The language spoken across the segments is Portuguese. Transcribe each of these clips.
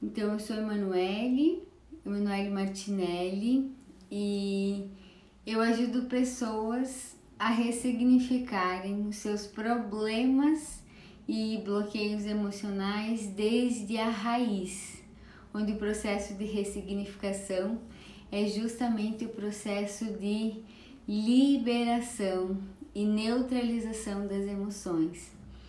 Então, eu sou Emanuele Martinelli, e eu ajudo pessoas a ressignificarem os seus problemas e bloqueios emocionais desde a raiz, onde o processo de ressignificação é justamente o processo de liberação e neutralização das emoções.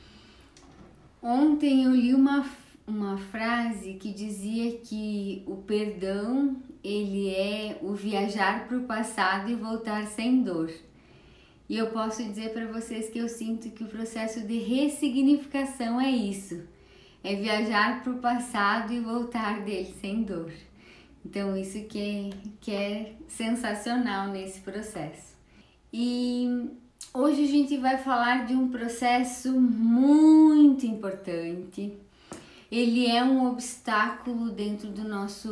Ontem eu li uma frase que dizia que o perdão, ele é o viajar para o passado e voltar sem dor. E eu posso dizer para vocês que eu sinto que o processo de ressignificação é isso. É viajar para o passado e voltar dele sem dor. Então isso que é sensacional nesse processo. E hoje a gente vai falar de um processo muito importante. Ele é um obstáculo dentro do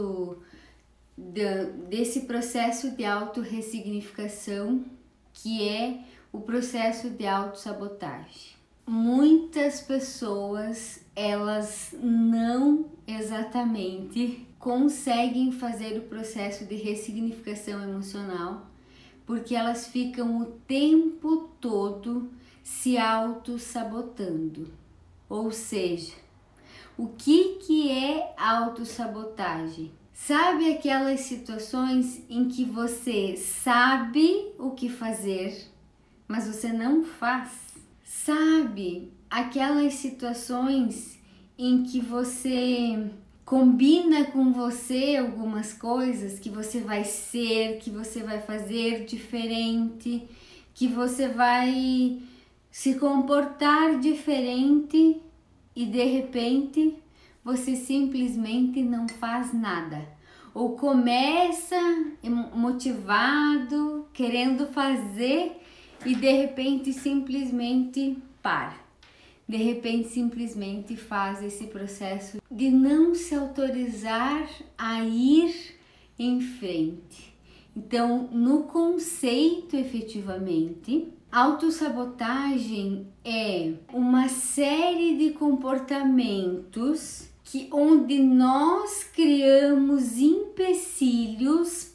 desse processo de autorressignificação, que é o processo de autossabotagem. Muitas pessoas, elas não exatamente conseguem fazer o processo de ressignificação emocional, porque elas ficam o tempo todo se auto-sabotando. Ou seja, o que é autossabotagem? Sabe aquelas situações em que você sabe o que fazer, mas você não faz? Sabe aquelas situações em que você combina com você algumas coisas que você vai ser, que você vai fazer diferente, que você vai se comportar diferente e de repente você simplesmente não faz nada, ou começa motivado, querendo fazer e de repente simplesmente para. De repente simplesmente faz esse processo de não se autorizar a ir em frente. Então, no conceito, efetivamente, autossabotagem é uma série de comportamentos onde nós criamos empecilhos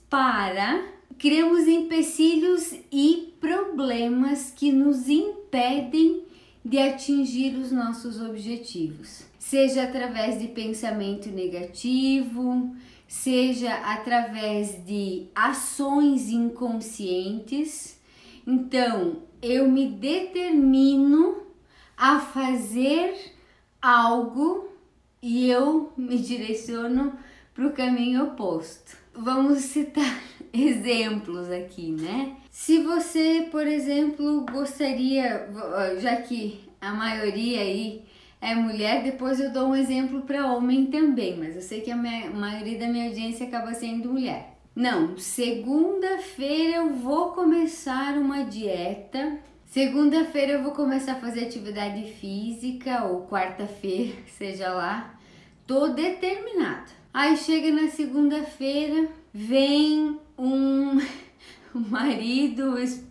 e problemas que nos impedem de atingir os nossos objetivos, seja através de pensamento negativo, seja através de ações inconscientes. Então, eu me determino a fazer algo e eu me direciono para o caminho oposto. Vamos citar exemplos aqui, né? Se você, por exemplo, gostaria, já que a maioria aí é mulher, depois eu dou um exemplo para homem também, mas eu sei que a maioria da minha audiência acaba sendo mulher. Não, segunda-feira eu vou começar uma dieta, segunda-feira eu vou começar a fazer atividade física, ou quarta-feira, seja lá, tô determinada. Aí chega na segunda-feira, vem um marido,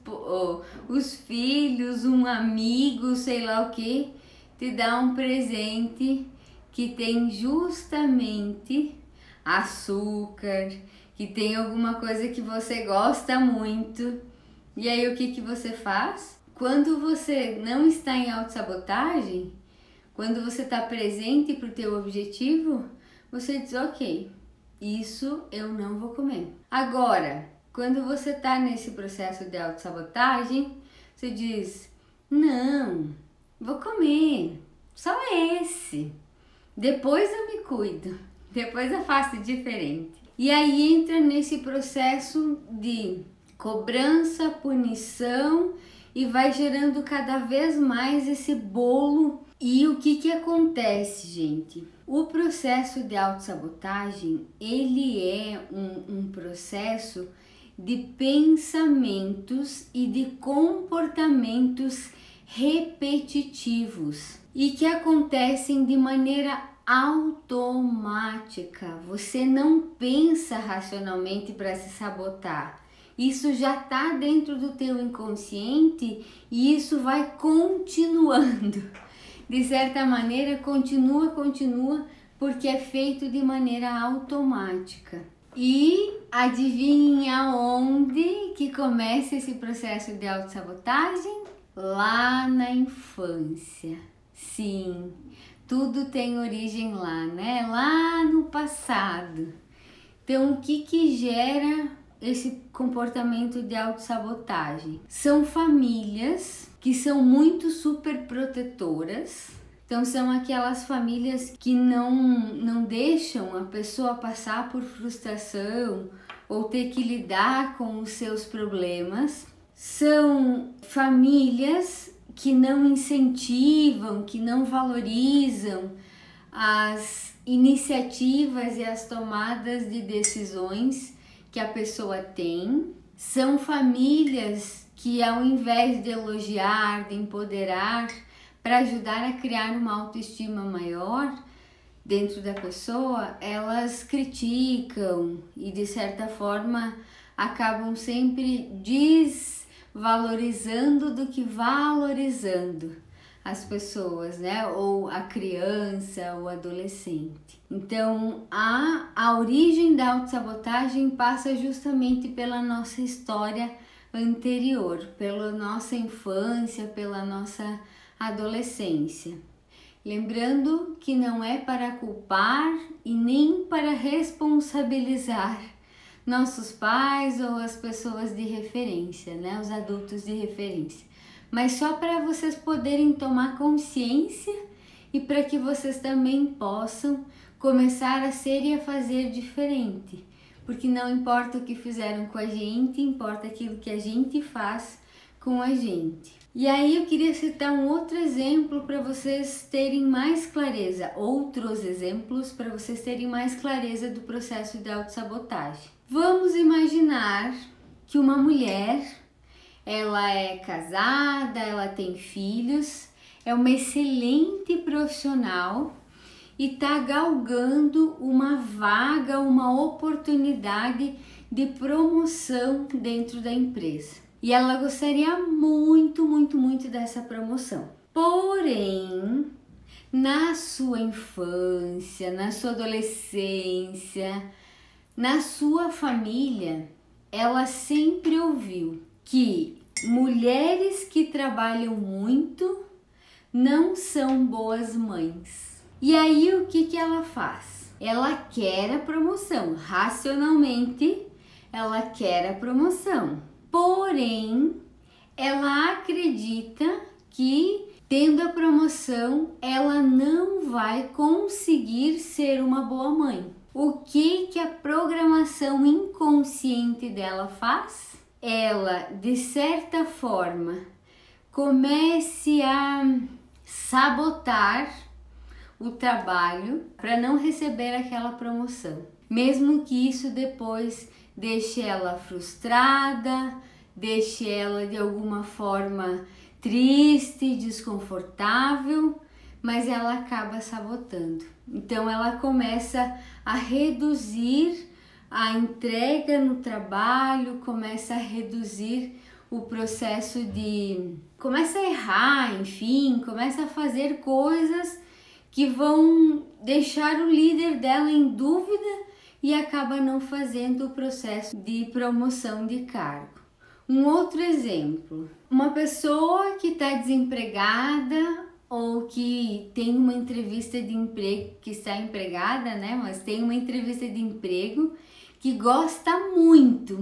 os filhos, um amigo, sei lá o que, te dá um presente que tem justamente açúcar, que tem alguma coisa que você gosta muito. E aí o que você faz? Quando você não está em autossabotagem, quando você está presente para o teu objetivo, você diz, ok, isso eu não vou comer. Agora, quando você está nesse processo de autossabotagem, você diz, não, vou comer, só esse. Depois eu me cuido, depois eu faço diferente. E aí entra nesse processo de cobrança, punição e vai gerando cada vez mais esse bolo. E o que acontece, gente? O processo de autossabotagem, ele é um processo de pensamentos e de comportamentos repetitivos e que acontecem de maneira automática. Você não pensa racionalmente para se sabotar. Isso já está dentro do teu inconsciente e isso vai continuando. De certa maneira, continua, porque é feito de maneira automática. E adivinhem aonde que começa esse processo de autossabotagem? Lá na infância. Sim, tudo tem origem lá, né? Lá no passado. Então, o que gera esse comportamento de autossabotagem? São famílias que são muito super protetoras. Então, são aquelas famílias que não deixam a pessoa passar por frustração ou ter que lidar com os seus problemas. São famílias que não incentivam, que não valorizam as iniciativas e as tomadas de decisões que a pessoa tem. São famílias que, ao invés de elogiar, de empoderar, para ajudar a criar uma autoestima maior dentro da pessoa, elas criticam e, de certa forma, acabam sempre desvalorizando do que valorizando as pessoas, né? Ou a criança ou adolescente. Então, a origem da autossabotagem passa justamente pela nossa história anterior, pela nossa infância, pela nossa adolescência. Lembrando que não é para culpar e nem para responsabilizar nossos pais ou as pessoas de referência, né? Os adultos de referência. Mas só para vocês poderem tomar consciência e para que vocês também possam começar a ser e a fazer diferente. Porque não importa o que fizeram com a gente, importa aquilo que a gente faz com a gente. E aí eu queria citar um outro exemplo para vocês terem mais clareza, outros exemplos para vocês terem mais clareza do processo de autossabotagem. Vamos imaginar que uma mulher, ela é casada, ela tem filhos, é uma excelente profissional e está galgando uma vaga, uma oportunidade de promoção dentro da empresa. E ela gostaria muito dessa promoção. Porém, na sua infância, na sua adolescência, na sua família, ela sempre ouviu que mulheres que trabalham muito não são boas mães. E aí o que ela faz? Ela quer a promoção, racionalmente ela quer a promoção. Porém, ela acredita que, tendo a promoção, ela não vai conseguir ser uma boa mãe. O que a programação inconsciente dela faz? Ela, de certa forma, comece a sabotar o trabalho para não receber aquela promoção. Mesmo que isso depois deixe ela frustrada, deixe ela de alguma forma triste, desconfortável, mas ela acaba sabotando. Então ela começa a reduzir a entrega no trabalho, começa a reduzir o processo começa a errar, enfim, começa a fazer coisas que vão deixar o líder dela em dúvida e acaba não fazendo o processo de promoção de cargo. Um outro exemplo, uma pessoa que está desempregada ou que tem uma entrevista de emprego, que está empregada, né? Mas tem uma entrevista de emprego que gosta muito,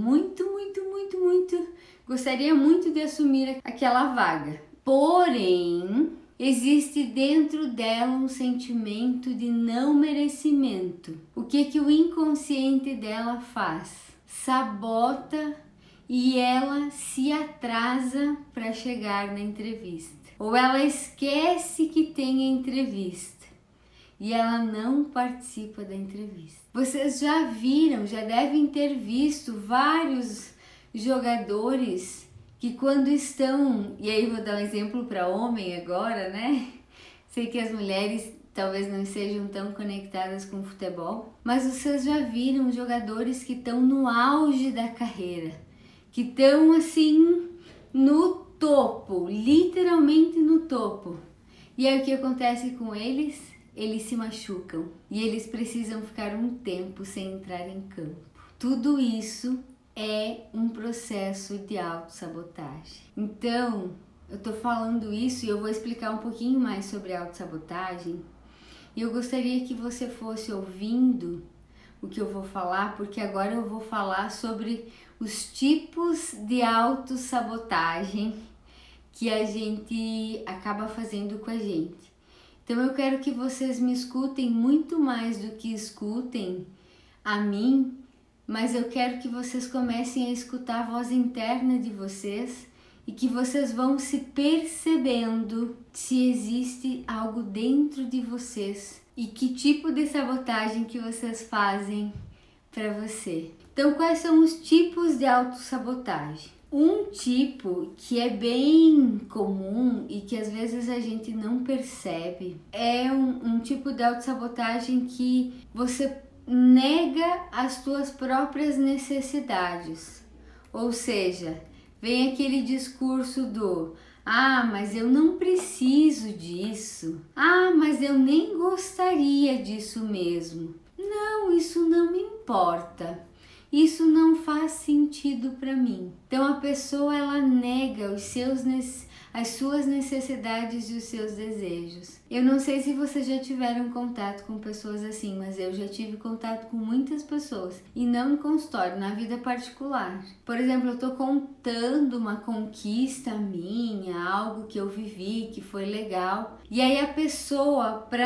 gostaria muito de assumir aquela vaga. Porém, existe dentro dela um sentimento de não merecimento. O que o inconsciente dela faz? Sabota e ela se atrasa para chegar na entrevista. Ou ela esquece que tem a entrevista e ela não participa da entrevista. Vocês já viram, já devem ter visto vários jogadores que quando estão, e aí vou dar um exemplo para homem agora, né? Sei que as mulheres talvez não sejam tão conectadas com o futebol, mas vocês já viram jogadores que estão no auge da carreira, que estão assim no topo, literalmente no topo. E aí o que acontece com eles? eles se machucam e eles precisam ficar um tempo sem entrar em campo. Tudo isso é um processo de autossabotagem. Então, eu tô falando isso e eu vou explicar um pouquinho mais sobre autossabotagem. E eu gostaria que você fosse ouvindo o que eu vou falar, porque agora eu vou falar sobre os tipos de autossabotagem que a gente acaba fazendo com a gente. Então eu quero que vocês me escutem muito mais do que escutem a mim, mas eu quero que vocês comecem a escutar a voz interna de vocês e que vocês vão se percebendo se existe algo dentro de vocês e que tipo de sabotagem que vocês fazem para você. Então, quais são os tipos de autossabotagem? Um tipo que é bem comum e que às vezes a gente não percebe é um tipo de autossabotagem que você nega as tuas próprias necessidades. Ou seja, vem aquele discurso do mas eu não preciso disso. Mas eu nem gostaria disso mesmo. Não, isso não me importa. Isso não faz sentido para mim. Então a pessoa ela nega as suas necessidades e os seus desejos. Eu não sei se vocês já tiveram contato com pessoas assim, mas eu já tive contato com muitas pessoas e não em consultório, na vida particular. Por exemplo, eu tô contando uma conquista minha, algo que eu vivi, que foi legal, e aí a pessoa, para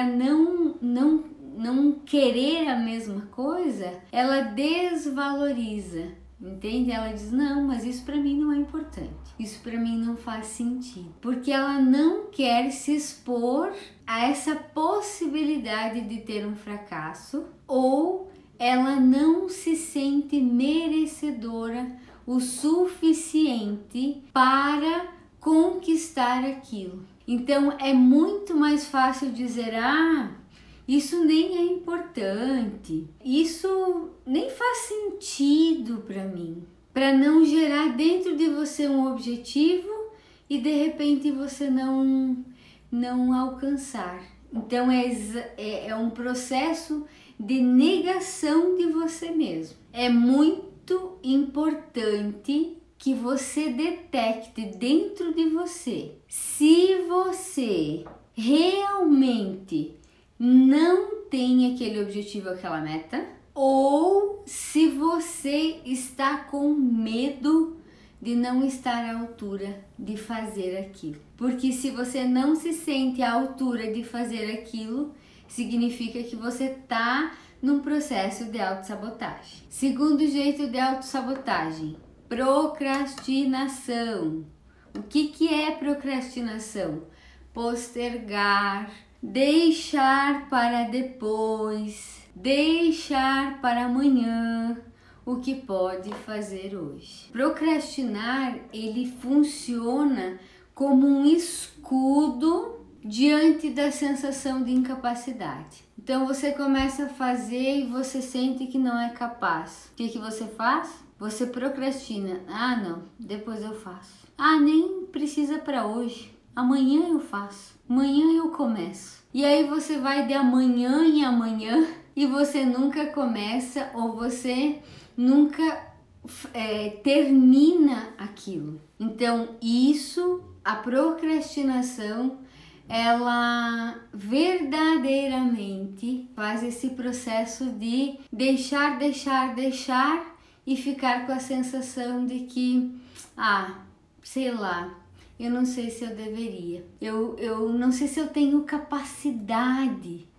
não querer a mesma coisa, ela desvaloriza, entende? Ela diz, não, mas isso para mim não é importante, isso para mim não faz sentido, porque ela não quer se expor a essa possibilidade de ter um fracasso, ou ela não se sente merecedora o suficiente para conquistar aquilo. Então é muito mais fácil dizer, isso nem é importante, isso nem faz sentido para mim, para não gerar dentro de você um objetivo e de repente você não alcançar. Então é um processo de negação de você mesmo. É muito importante que você detecte dentro de você se você realmente não tem aquele objetivo, aquela meta, ou se você está com medo de não estar à altura de fazer aquilo. Porque se você não se sente à altura de fazer aquilo, significa que você está num processo de autossabotagem. Segundo jeito de autossabotagem, procrastinação. O que é procrastinação? Postergar, deixar para depois, deixar para amanhã o que pode fazer hoje. Procrastinar, ele funciona como um escudo diante da sensação de incapacidade. Então você começa a fazer e você sente que não é capaz. O que você faz? Você procrastina. Não, depois eu faço. Nem precisa para hoje. Amanhã eu faço. Amanhã eu começo. E aí você vai de amanhã em amanhã e você nunca começa ou você nunca termina aquilo. Então a procrastinação, ela verdadeiramente faz esse processo de deixar e ficar com a sensação de que, sei lá, eu não sei se eu deveria, eu não sei se eu tenho capacidade,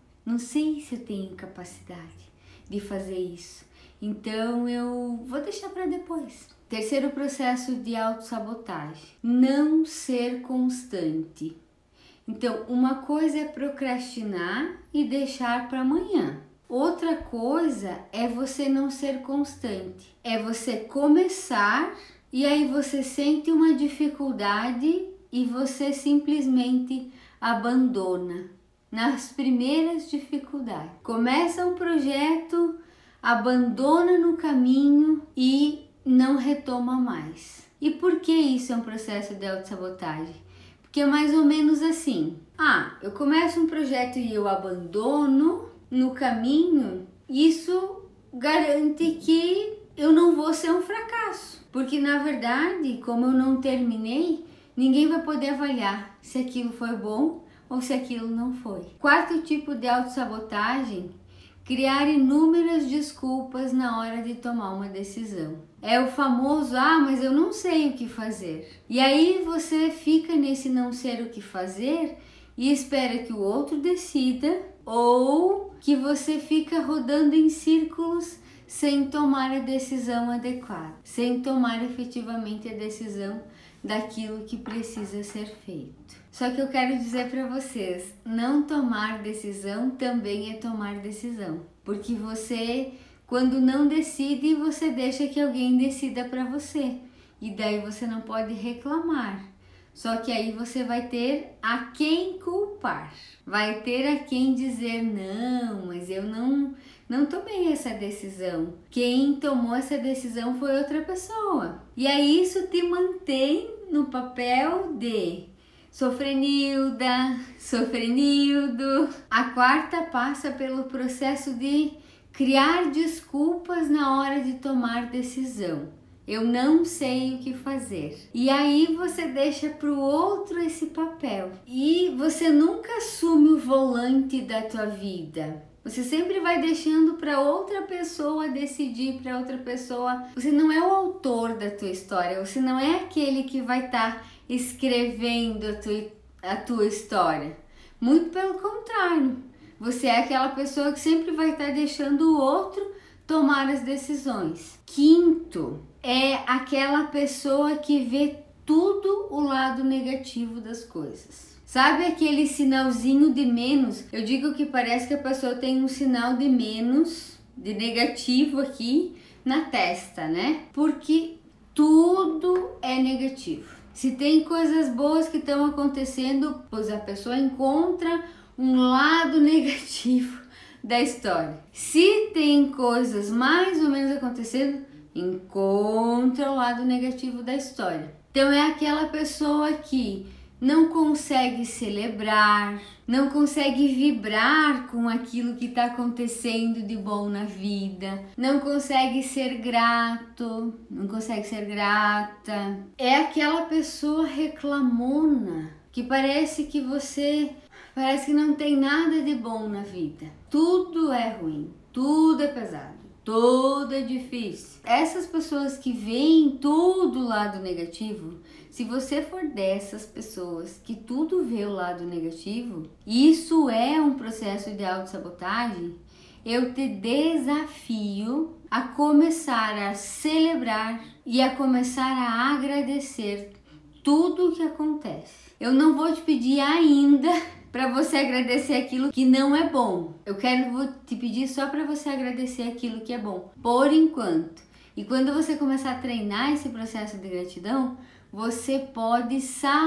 de fazer isso, então eu vou deixar para depois. Terceiro processo de autossabotagem, não ser constante. Então, uma coisa é procrastinar e deixar para amanhã. Outra coisa é você não ser constante. É você começar e aí você sente uma dificuldade e você simplesmente abandona nas primeiras dificuldades. Começa um projeto, abandona no caminho e não retoma mais. E por que isso é um processo de autossabotagem? Porque que é mais ou menos assim. Eu começo um projeto e eu abandono no caminho, isso garante que eu não vou ser um fracasso. Porque na verdade, como eu não terminei, ninguém vai poder avaliar se aquilo foi bom ou se aquilo não foi. Quarto tipo de autossabotagem: criar inúmeras desculpas na hora de tomar uma decisão. É o famoso, mas eu não sei o que fazer. E aí você fica nesse não ser o que fazer e espera que o outro decida, ou que você fica rodando em círculos sem tomar a decisão adequada, sem tomar efetivamente a decisão daquilo que precisa ser feito. Só que eu quero dizer para vocês, não tomar decisão também é tomar decisão, porque você, quando não decide, você deixa que alguém decida para você, e daí você não pode reclamar. Só que aí você vai ter a quem culpar, vai ter a quem dizer, não, mas eu não tomei essa decisão. Quem tomou essa decisão foi outra pessoa. E aí isso te mantém no papel de sofrenilda, sofrenildo. A quarta passa pelo processo de criar desculpas na hora de tomar decisão. Eu não sei o que fazer. E aí você deixa para o outro esse papel. E você nunca assume o volante da tua vida. Você sempre vai deixando para outra pessoa decidir, para outra pessoa. Você não é o autor da tua história. Você não é aquele que vai estar escrevendo a tua história. Muito pelo contrário. Você é aquela pessoa que sempre vai estar deixando o outro tomar as decisões. Quinto, é aquela pessoa que vê tudo o lado negativo das coisas. Sabe aquele sinalzinho de menos? Eu digo que parece que a pessoa tem um sinal de menos, de negativo aqui na testa, né? Porque tudo é negativo. Se tem coisas boas que estão acontecendo, pois a pessoa encontra um lado negativo da história. Se tem coisas mais ou menos acontecendo, encontra o lado negativo da história. Então é aquela pessoa que não consegue celebrar, não consegue vibrar com aquilo que está acontecendo de bom na vida, não consegue ser grato, não consegue ser grata. É aquela pessoa reclamona, que parece que que não tem nada de bom na vida. Tudo é ruim, tudo é pesado, tudo é difícil. Essas pessoas que veem tudo o lado negativo, se você for dessas pessoas que tudo vê o lado negativo, isso é um processo de autossabotagem, eu te desafio a começar a celebrar e a começar a agradecer tudo o que acontece. Eu não vou te pedir ainda para você agradecer aquilo que não é bom. Vou te pedir só para você agradecer aquilo que é bom, por enquanto. E quando você começar a treinar esse processo de gratidão, você pode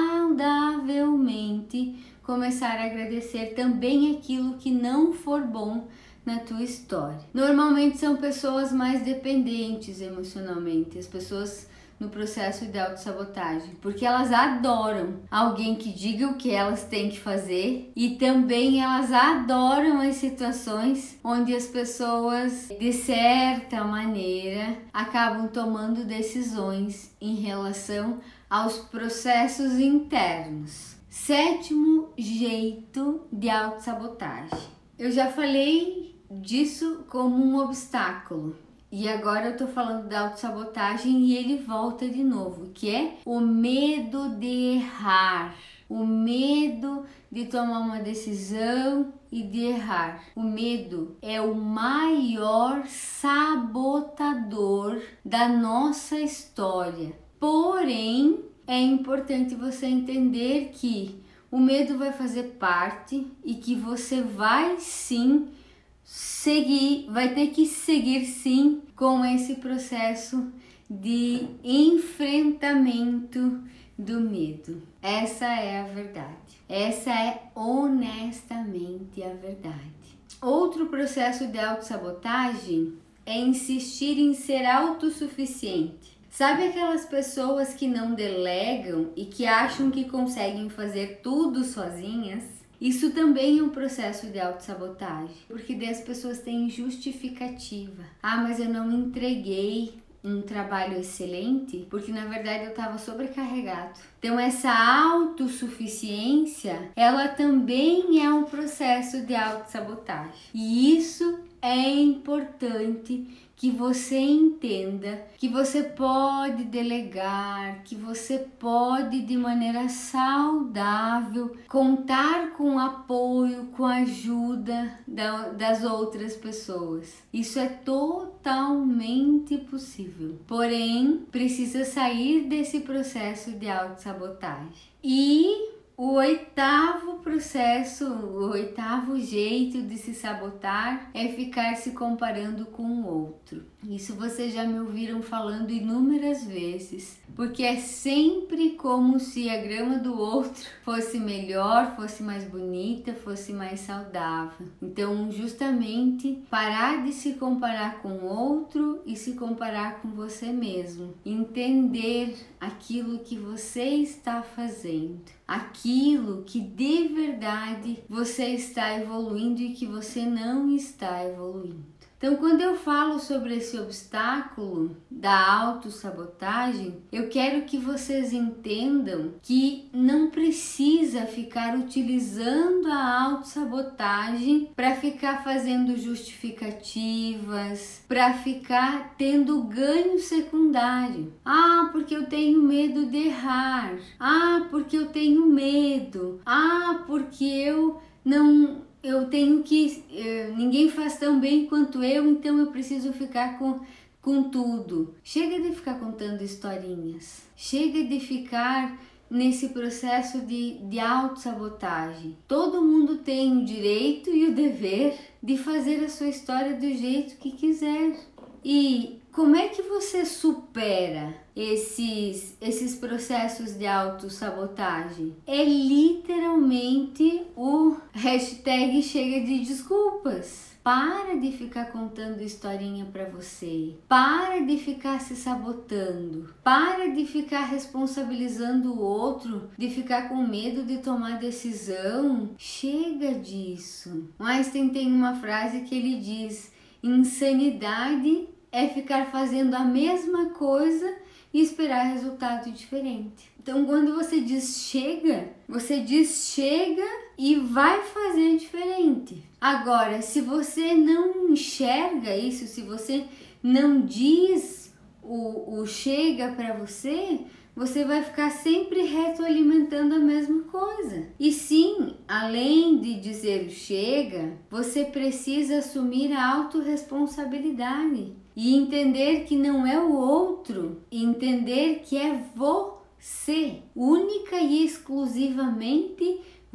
saudavelmente começar a agradecer também aquilo que não for bom na tua história. Normalmente são pessoas mais dependentes emocionalmente, as pessoas no processo de autossabotagem, porque elas adoram alguém que diga o que elas têm que fazer, e também elas adoram as situações onde as pessoas, de certa maneira, acabam tomando decisões em relação aos processos internos. Sétimo jeito de autossabotagem. Eu já falei disso como um obstáculo. E agora eu tô falando da autossabotagem e ele volta de novo, que é o medo de errar, o medo de tomar uma decisão e de errar. O medo é o maior sabotador da nossa história. Porém, é importante você entender que o medo vai fazer parte e que você vai sim vai ter que seguir sim com esse processo de enfrentamento do medo. Essa é a verdade. Essa é honestamente a verdade. Outro processo de autossabotagem é insistir em ser autossuficiente. Sabe aquelas pessoas que não delegam e que acham que conseguem fazer tudo sozinhas? Isso também é um processo de autossabotagem, porque daí as pessoas têm justificativa. Ah, mas eu não entreguei um trabalho excelente porque na verdade eu estava sobrecarregado. Então essa autossuficiência, ela também é um processo de autossabotagem. E isso é importante que você entenda que você pode delegar, que você pode de maneira saudável contar com o apoio, com a ajuda das outras pessoas. Isso é totalmente possível. Porém, precisa sair desse processo de autossabotagem. E o oitavo processo, o oitavo jeito de se sabotar é ficar se comparando com o outro. Isso vocês já me ouviram falando inúmeras vezes, porque é sempre como se a grama do outro fosse melhor, fosse mais bonita, fosse mais saudável. Então, justamente, parar de se comparar com o outro e se comparar com você mesmo. Entender aquilo que você está fazendo, aquilo que de verdade você está evoluindo e que você não está evoluindo. Então, quando eu falo sobre esse obstáculo da autossabotagem, eu quero que vocês entendam que não precisa ficar utilizando a autossabotagem para ficar fazendo justificativas, para ficar tendo ganho secundário. Ah, porque eu tenho medo de errar. Ah, porque eu tenho medo. Ah, porque eu tenho que, ninguém faz tão bem quanto eu, então eu preciso ficar com tudo. Chega de ficar contando historinhas, chega de ficar nesse processo de autossabotagem. Todo mundo tem o direito e o dever de fazer a sua história do jeito que quiser. E como é que você supera esses processos de autossabotagem? É literalmente o hashtag chega de desculpas. Para de ficar contando historinha pra você. Para de ficar se sabotando. Para de ficar responsabilizando o outro, de ficar com medo de tomar decisão. Chega disso. O Einstein tem uma frase que ele diz: insanidade é ficar fazendo a mesma coisa e esperar resultado diferente. Então, quando você diz chega e vai fazer diferente. Agora, se você não enxerga isso, se você não diz o chega para você, você vai ficar sempre retroalimentando a mesma coisa. E sim, além de dizer o chega, você precisa assumir a autorresponsabilidade e entender que não é o outro, entender que é você, única e exclusivamente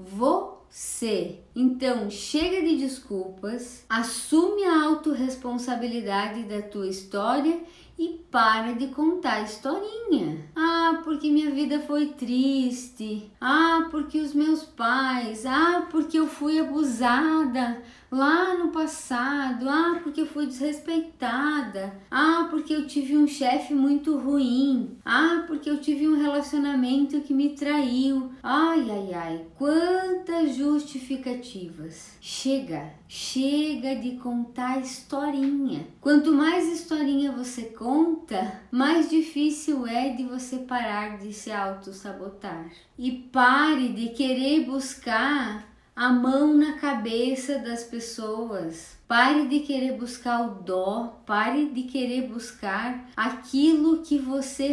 você. Então, chega de desculpas, assume a autorresponsabilidade da tua história e para de contar historinha. Ah, porque minha vida foi triste. Ah, porque os meus pais. Ah, porque eu fui abusada lá no passado. Ah, porque eu fui desrespeitada. Ah, porque eu tive um chefe muito ruim. Ah, porque eu tive um relacionamento que me traiu. Ai, ai, ai. Quantas justificativas. Chega de contar historinha. Quanto mais historinha você conta, mais difícil é de você parar de se autossabotar. E pare de querer buscar a mão na cabeça das pessoas. Pare de querer buscar o dó, pare de querer buscar aquilo que você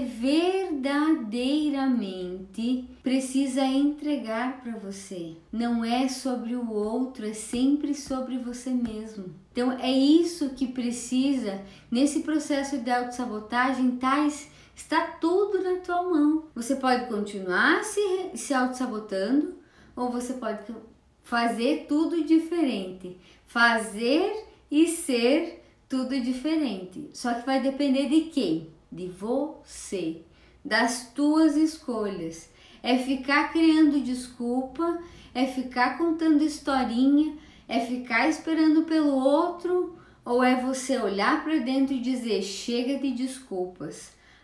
verdadeiramente precisa entregar para você. Não é sobre o outro, é sempre sobre você mesmo. Então é isso que precisa nesse processo de autossabotagem, está tudo na tua mão. Você pode continuar se autossabotando ou você pode fazer tudo diferente. Fazer e ser tudo diferente. Só que vai depender de quem? De você, das tuas escolhas. É ficar criando desculpa, é ficar contando historinha, é ficar esperando pelo outro, ou é você olhar para dentro e dizer chega de desculpas.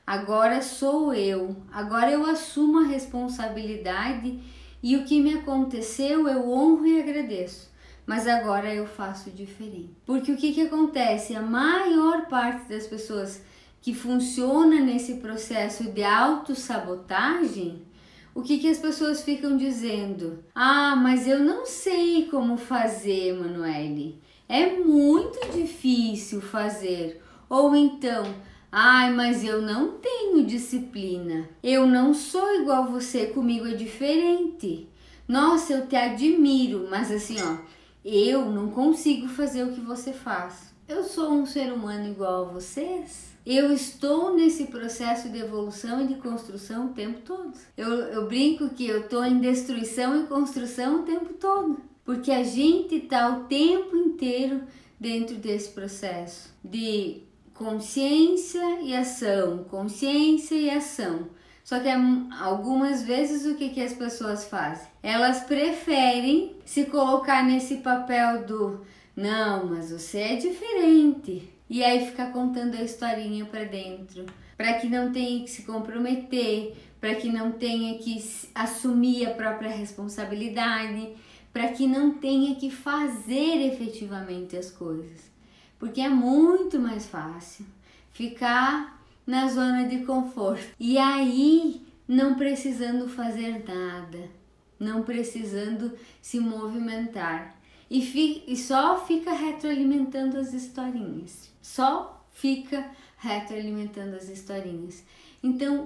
agora sou eu, agora eu assumo a responsabilidade e o que me aconteceu eu honro e agradeço, mas agora eu faço diferente. Porque o que acontece? A maior parte das pessoas que funciona nesse processo de autossabotagem, o que as pessoas ficam dizendo? Ah, mas eu não sei como fazer, Manoele. É muito difícil fazer. Ou então, ai, mas eu não tenho disciplina. Eu não sou igual você, comigo é diferente. Nossa, eu te admiro, mas assim, ó, eu não consigo fazer o que você faz. Eu sou um ser humano igual a vocês. Eu estou nesse processo de evolução e de construção o tempo todo. Eu brinco que eu estou em destruição e construção o tempo todo. Porque a gente está o tempo inteiro dentro desse processo de consciência e ação, consciência e ação. Só que algumas vezes o que as pessoas fazem? Elas preferem se colocar nesse papel do não, mas você é diferente. E aí ficar contando a historinha para dentro, para que não tenha que se comprometer, para que não tenha que assumir a própria responsabilidade, para que não tenha que fazer efetivamente as coisas. Porque é muito mais fácil ficar na zona de conforto. E aí, não precisando fazer nada, não precisando se movimentar. E só fica retroalimentando as historinhas. Só fica retroalimentando as historinhas. Então,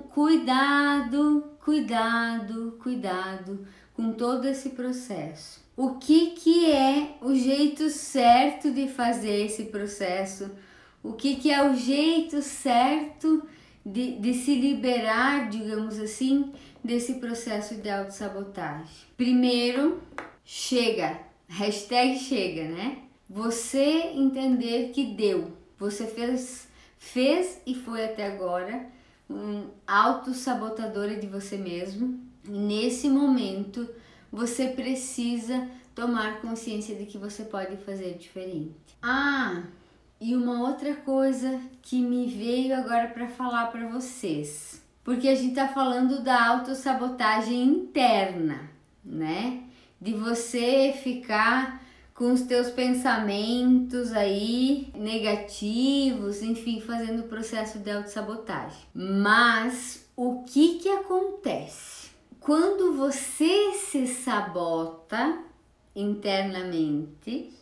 cuidado, cuidado, cuidado com todo esse processo. O que é o jeito certo de fazer esse processo? O que é o jeito certo de se liberar, digamos assim, desse processo de autossabotagem? Primeiro, chega. Hashtag chega, né? Você entender que deu. Você fez e foi até agora um autossabotadora de você mesmo. E nesse momento, você precisa tomar consciência de que você pode fazer diferente. Ah, e uma outra coisa que me veio agora para falar para vocês. Porque a gente tá falando da autossabotagem interna, né? De você ficar com os teus pensamentos aí negativos, enfim, fazendo o processo de autossabotagem. Mas o que acontece? Quando você se sabota internamente,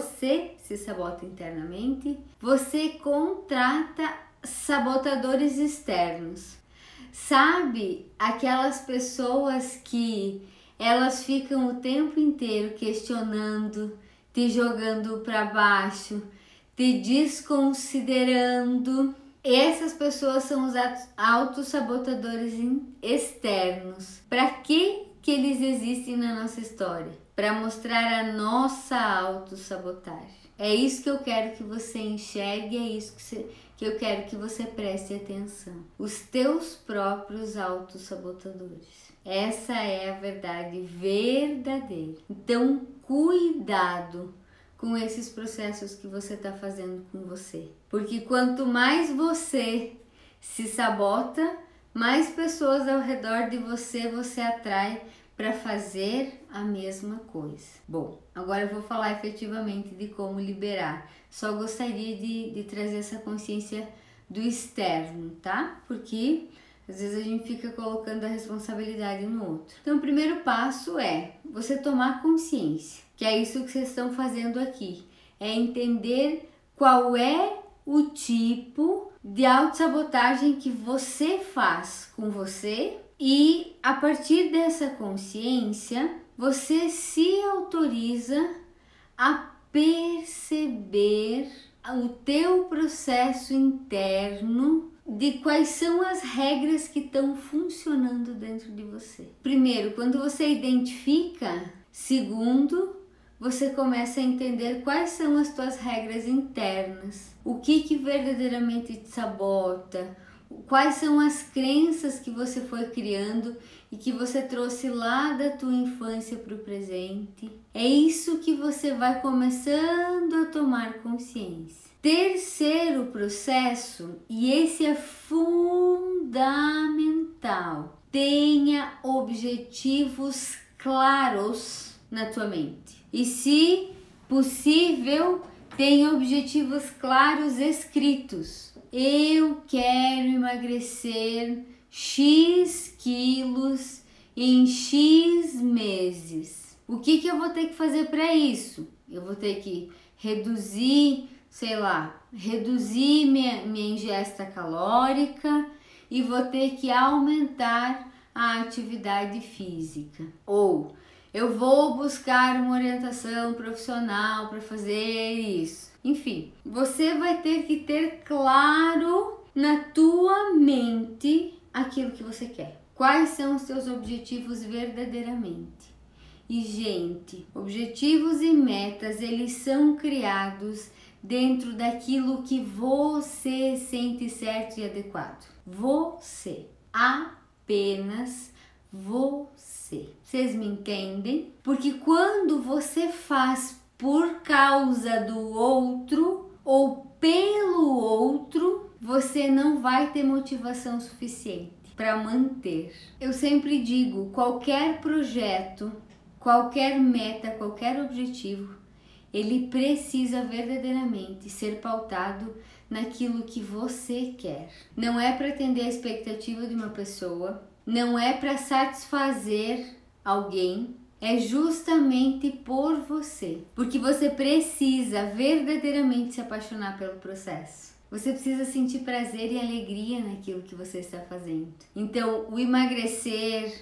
você contrata sabotadores externos. Sabe aquelas pessoas que elas ficam o tempo inteiro questionando, te jogando para baixo, te desconsiderando? Essas pessoas são os autossabotadores externos. Para que eles existem na nossa história? Para mostrar a nossa autossabotagem. É isso que eu quero que você enxergue, é isso que eu quero que você preste atenção. Os teus próprios autossabotadores. Essa é a verdade verdadeira. Então, cuidado com esses processos que você está fazendo com você. Porque quanto mais você se sabota, mais pessoas ao redor de você atrai para fazer a mesma coisa. Bom, agora eu vou falar efetivamente de como liberar. Só gostaria de trazer essa consciência do externo, tá? Porque às vezes a gente fica colocando a responsabilidade no outro. Então, o primeiro passo é você tomar consciência, que é isso que vocês estão fazendo aqui. É entender qual é o tipo de autossabotagem que você faz com você e, a partir dessa consciência, você se autoriza a perceber o teu processo interno de quais são as regras que estão funcionando dentro de você. Primeiro, quando você identifica. Segundo, você começa a entender quais são as tuas regras internas. O que verdadeiramente te sabota. Quais são as crenças que você foi criando e que você trouxe lá da tua infância para o presente. É isso que você vai começando a tomar consciência. Terceiro processo, e esse é fundamental, fundamental. Tenha objetivos claros na tua mente. E se possível, tenha objetivos claros escritos. Eu quero emagrecer X quilos em X meses. O que eu vou ter que fazer para isso? Eu vou ter que reduzir, reduzir minha ingesta calórica e vou ter que aumentar a atividade física. Ou eu vou buscar uma orientação profissional para fazer isso. Enfim, você vai ter que ter claro na tua mente aquilo que você quer. Quais são os seus objetivos verdadeiramente? E, gente, objetivos e metas, eles são criados dentro daquilo que você sente certo e adequado. Você, apenas você. Vocês me entendem? Porque quando você faz por causa do outro ou pelo outro, você não vai ter motivação suficiente para manter. Eu sempre digo, qualquer projeto, qualquer meta, qualquer objetivo, ele precisa verdadeiramente ser pautado naquilo que você quer. Não é para atender a expectativa de uma pessoa, não é para satisfazer alguém, é justamente por você. Porque você precisa verdadeiramente se apaixonar pelo processo. Você precisa sentir prazer e alegria naquilo que você está fazendo. Então, o emagrecer,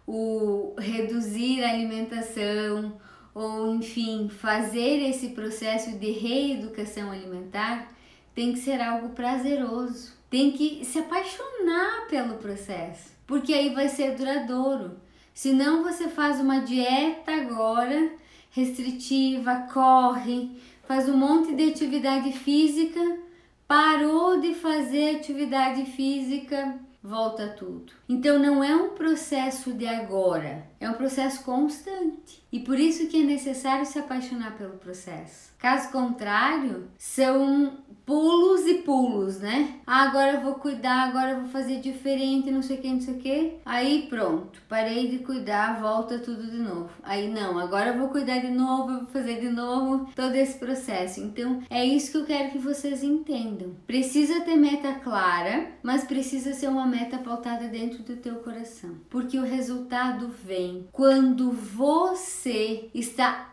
o reduzir a alimentação, ou enfim, fazer esse processo de reeducação alimentar tem que ser algo prazeroso. Tem que se apaixonar pelo processo, porque aí vai ser duradouro. Senão você faz uma dieta agora, restritiva, corre, faz um monte de atividade física, parou de fazer atividade física, volta tudo. Então não é um processo de agora, é um processo constante. E por isso que é necessário se apaixonar pelo processo. Caso contrário, são pulos e pulos, né? Agora eu vou cuidar, agora eu vou fazer diferente, não sei o que, não sei o que. Aí pronto, parei de cuidar, volta tudo de novo. Aí não, agora eu vou cuidar de novo, eu vou fazer de novo todo esse processo. Então é isso que eu quero que vocês entendam. Precisa ter meta clara, mas precisa ser uma meta pautada dentro do teu coração. Porque o resultado vem quando você está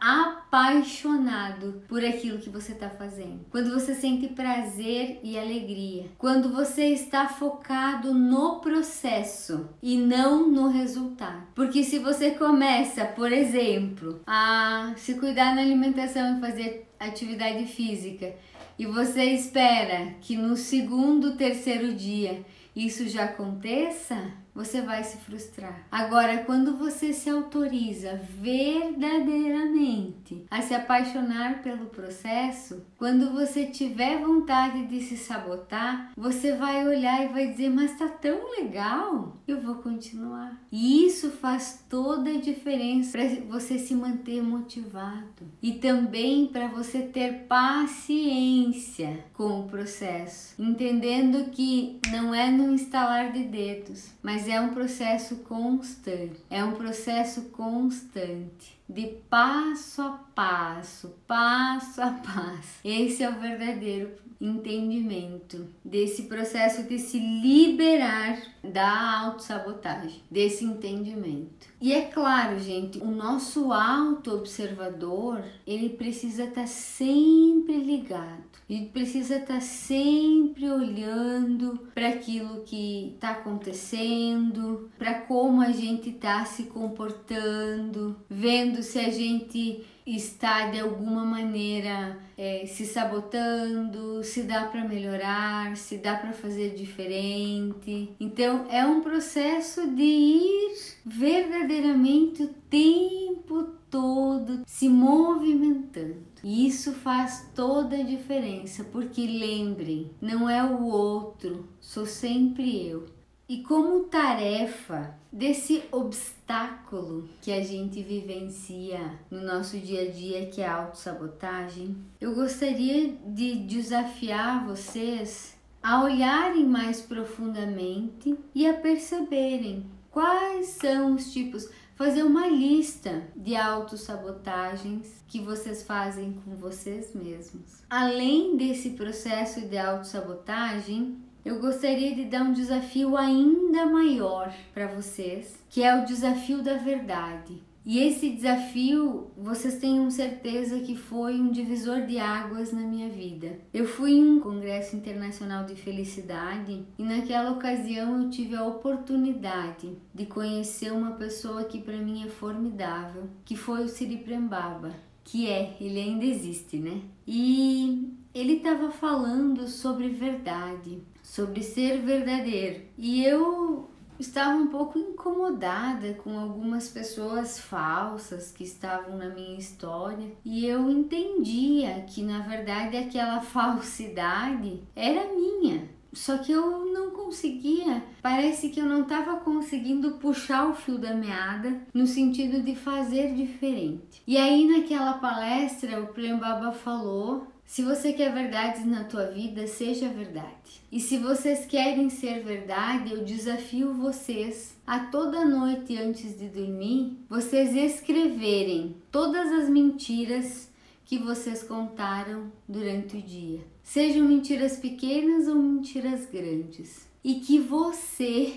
apaixonado por aquilo que você está fazendo. Quando você sente prazer e alegria. Quando você está focado no processo e não no resultado. Porque se você começa, por exemplo, a se cuidar na alimentação e fazer atividade física e você espera que no segundo, terceiro dia isso já aconteça, você vai se frustrar. Agora, quando você se autoriza verdadeiramente a se apaixonar pelo processo, quando você tiver vontade de se sabotar, você vai olhar e vai dizer, mas tá tão legal, eu vou continuar. E isso faz toda a diferença para você se manter motivado e também para você ter paciência com o processo, entendendo que não é no instalar de dedos, mas é um processo constante, de passo a passo, passo a passo. Esse é o verdadeiro entendimento desse processo de se liberar da autossabotagem, desse entendimento. E é claro, gente, o nosso auto-observador, ele precisa estar sempre ligado. A gente precisa estar sempre olhando para aquilo que está acontecendo, para como a gente está se comportando, vendo se a gente está de alguma maneira se sabotando, se dá para melhorar, se dá para fazer diferente. Então é um processo de ir verdadeiramente o tempo todo se movimentando. E isso faz toda a diferença, porque lembrem, não é o outro, sou sempre eu. E como tarefa desse obstáculo que a gente vivencia no nosso dia a dia, que é a autossabotagem, eu gostaria de desafiar vocês a olharem mais profundamente e a perceberem quais são os tipos, fazer uma lista de autossabotagens que vocês fazem com vocês mesmos. Além desse processo de autossabotagem, eu gostaria de dar um desafio ainda maior para vocês, que é o desafio da verdade. E esse desafio, vocês tenham certeza que foi um divisor de águas na minha vida. Eu fui em um congresso internacional de felicidade e naquela ocasião eu tive a oportunidade de conhecer uma pessoa que para mim é formidável, que foi o Siri Prembaba, ele ainda existe, né? E ele estava falando sobre verdade, sobre ser verdadeiro. E eu estava um pouco incomodada com algumas pessoas falsas que estavam na minha história e eu entendia que na verdade aquela falsidade era minha. Só que eu não conseguia, parece que eu não estava conseguindo puxar o fio da meada no sentido de fazer diferente. E aí naquela palestra o Prembaba falou: se você quer verdades na tua vida, seja verdade. E se vocês querem ser verdade, eu desafio vocês a toda noite antes de dormir, vocês escreverem todas as mentiras que vocês contaram durante o dia. Sejam mentiras pequenas ou mentiras grandes. E que você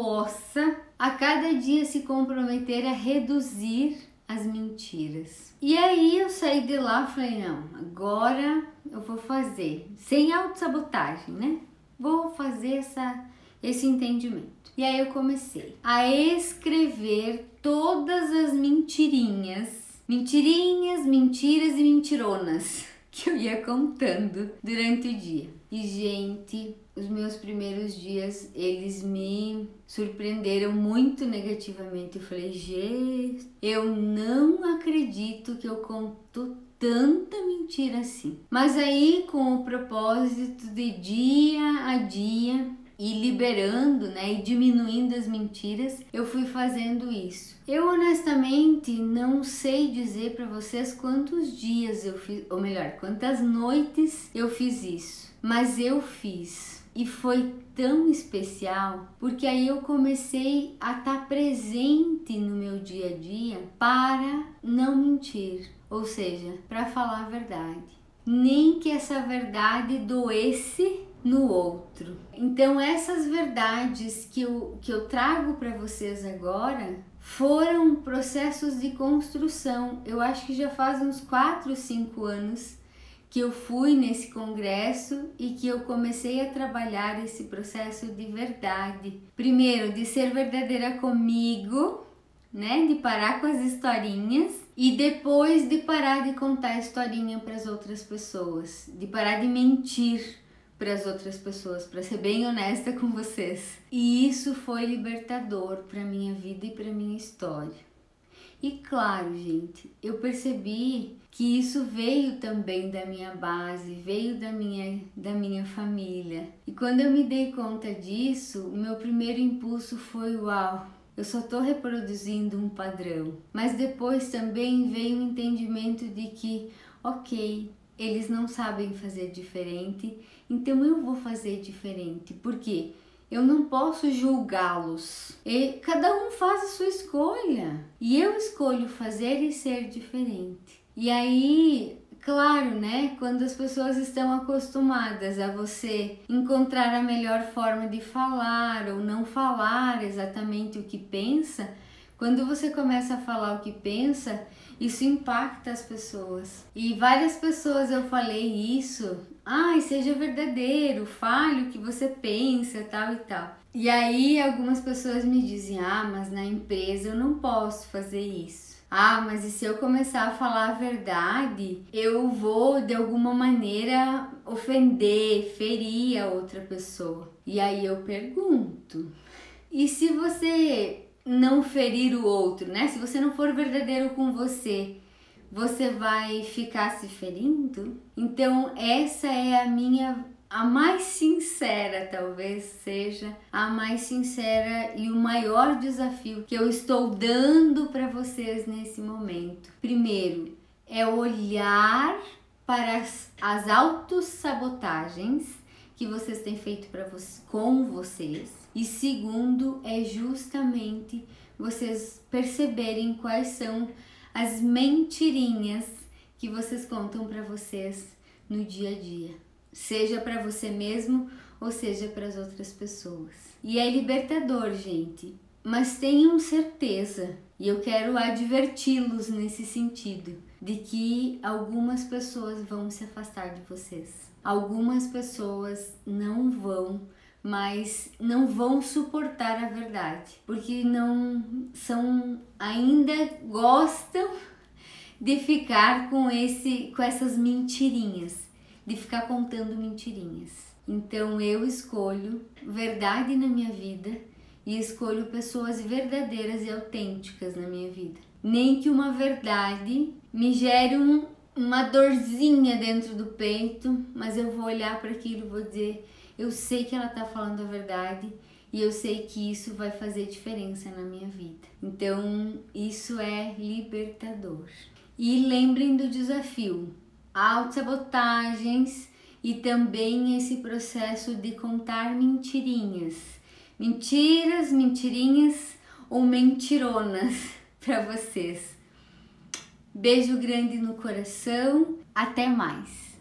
possa a cada dia se comprometer a reduzir as mentiras. E aí eu saí de lá e falei, não, agora eu vou fazer, sem autossabotagem, né? Vou fazer esse entendimento. E aí eu comecei a escrever todas as mentirinhas, mentiras e mentironas que eu ia contando durante o dia. E gente, os meus primeiros dias, eles me surpreenderam muito negativamente. Eu falei, gente, eu não acredito que eu conto tanta mentira assim. Mas aí, com o propósito de dia a dia e liberando, né, e diminuindo as mentiras, eu fui fazendo isso. Eu honestamente não sei dizer para vocês quantos dias eu fiz, ou melhor, quantas noites eu fiz isso, mas eu fiz. E foi tão especial, porque aí eu comecei a estar presente no meu dia a dia para não mentir, ou seja, para falar a verdade. Nem que essa verdade doesse no outro. Então essas verdades que eu trago para vocês agora foram processos de construção. Eu acho que já faz uns 4, 5 anos que eu fui nesse congresso e que eu comecei a trabalhar esse processo de verdade. Primeiro, de ser verdadeira comigo, né? De parar com as historinhas e depois de parar de contar historinha para as outras pessoas, de parar de mentir para as outras pessoas, para ser bem honesta com vocês. E isso foi libertador para minha vida e para minha história. E claro, gente, eu percebi que isso veio também da minha base, veio da minha família. E quando eu me dei conta disso, o meu primeiro impulso foi, uau, eu só estou reproduzindo um padrão. Mas depois também veio o entendimento de que, ok, eles não sabem fazer diferente, então eu vou fazer diferente. Por quê? Eu não posso julgá-los. Cada um faz a sua escolha. E eu escolho fazer e ser diferente. E aí, claro, né? Quando as pessoas estão acostumadas a você encontrar a melhor forma de falar ou não falar exatamente o que pensa, quando você começa a falar o que pensa, isso impacta as pessoas. E várias pessoas eu falei isso, seja verdadeiro, fale o que você pensa, tal e tal. E aí algumas pessoas me dizem, mas na empresa eu não posso fazer isso. Mas e se eu começar a falar a verdade, eu vou de alguma maneira ofender, ferir a outra pessoa. E aí eu pergunto, e se você não ferir o outro, né? Se você não for verdadeiro com você, você vai ficar se ferindo? Então essa é a mais sincera, talvez seja a mais sincera e o maior desafio que eu estou dando para vocês nesse momento. Primeiro, é olhar para as autossabotagens que vocês têm feito com vocês. E segundo é justamente vocês perceberem quais são as mentirinhas que vocês contam para vocês no dia a dia, seja para você mesmo ou seja para as outras pessoas. E é libertador, gente, mas tenham certeza, e eu quero adverti-los nesse sentido, de que algumas pessoas vão se afastar de vocês. Algumas pessoas não vão suportar a verdade, porque ainda gostam de ficar com essas mentirinhas, de ficar contando mentirinhas. Então eu escolho verdade na minha vida e escolho pessoas verdadeiras e autênticas na minha vida. Nem que uma verdade me gere uma dorzinha dentro do peito, mas eu vou olhar para aquilo e vou dizer, eu sei que ela está falando a verdade e eu sei que isso vai fazer diferença na minha vida. Então isso é libertador. E lembrem do desafio, autossabotagens e também esse processo de contar mentirinhas. Mentirinhas ou mentironas para vocês. Beijo grande no coração, até mais!